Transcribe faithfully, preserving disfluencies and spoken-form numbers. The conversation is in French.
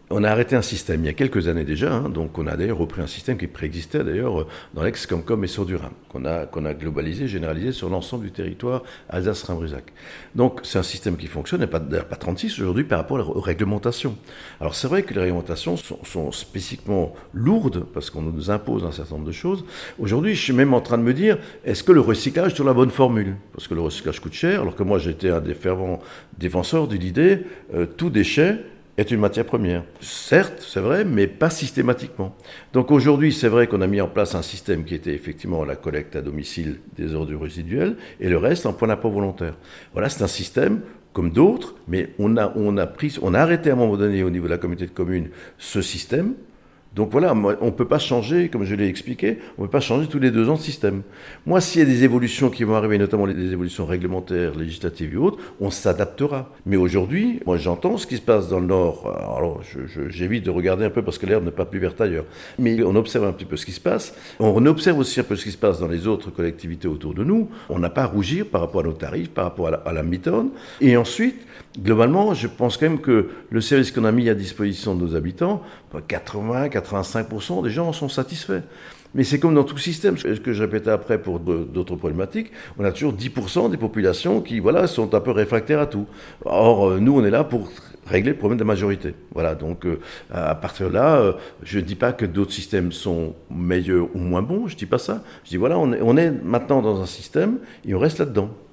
On a arrêté un système il y a quelques années déjà, hein, donc on a d'ailleurs repris un système qui préexistait d'ailleurs dans l'ex-Comcom et sur du Rhin, qu'on a, qu'on a globalisé, généralisé sur l'ensemble du territoire Alsace-Rhin-Brusac. Donc c'est un système qui fonctionne, et pas, d'ailleurs pas trente-six aujourd'hui par rapport aux réglementations. Alors c'est vrai que les réglementations sont, sont spécifiquement lourdes, parce qu'on nous impose un certain nombre de choses. Aujourd'hui, je suis même en train de me dire, est-ce que le recyclage est sur la bonne formule ? Parce que le recyclage coûte cher, alors que moi j'étais un des fervents défenseurs de l'idée, euh, tout déchet est une matière première. Certes, c'est vrai, mais pas systématiquement. Donc aujourd'hui, c'est vrai qu'on a mis en place un système qui était effectivement la collecte à domicile des ordures résiduelles et le reste en point d'apport volontaire. Voilà, c'est un système comme d'autres, mais on a, on a pris, on a arrêté à un moment donné au niveau de la communauté de communes ce système. Donc voilà, on ne peut pas changer, comme je l'ai expliqué, on ne peut pas changer tous les deux ans de système. Moi, s'il y a des évolutions qui vont arriver, notamment des évolutions réglementaires, législatives et autres, on s'adaptera. Mais aujourd'hui, moi j'entends ce qui se passe dans le Nord. Alors je, je, j'évite de regarder un peu parce que l'herbe n'est pas plus verte ailleurs. Mais on observe un petit peu ce qui se passe. On observe aussi un peu ce qui se passe dans les autres collectivités autour de nous. On n'a pas à rougir par rapport à nos tarifs, par rapport à la, à la mi-tonne. Et ensuite, globalement, je pense quand même que le service qu'on a mis à disposition de nos habitants, quatre-vingts à quatre-vingt-cinq pour cent des gens en sont satisfaits. Mais c'est comme dans tout système, ce que je répétais après pour d'autres problématiques, on a toujours dix pour cent des populations qui voilà, sont un peu réfractaires à tout. Or, nous, on est là pour régler le problème de la majorité. Voilà, donc à partir de là, je ne dis pas que d'autres systèmes sont meilleurs ou moins bons, je ne dis pas ça. Je dis voilà, on est, on est maintenant dans un système et on reste là-dedans.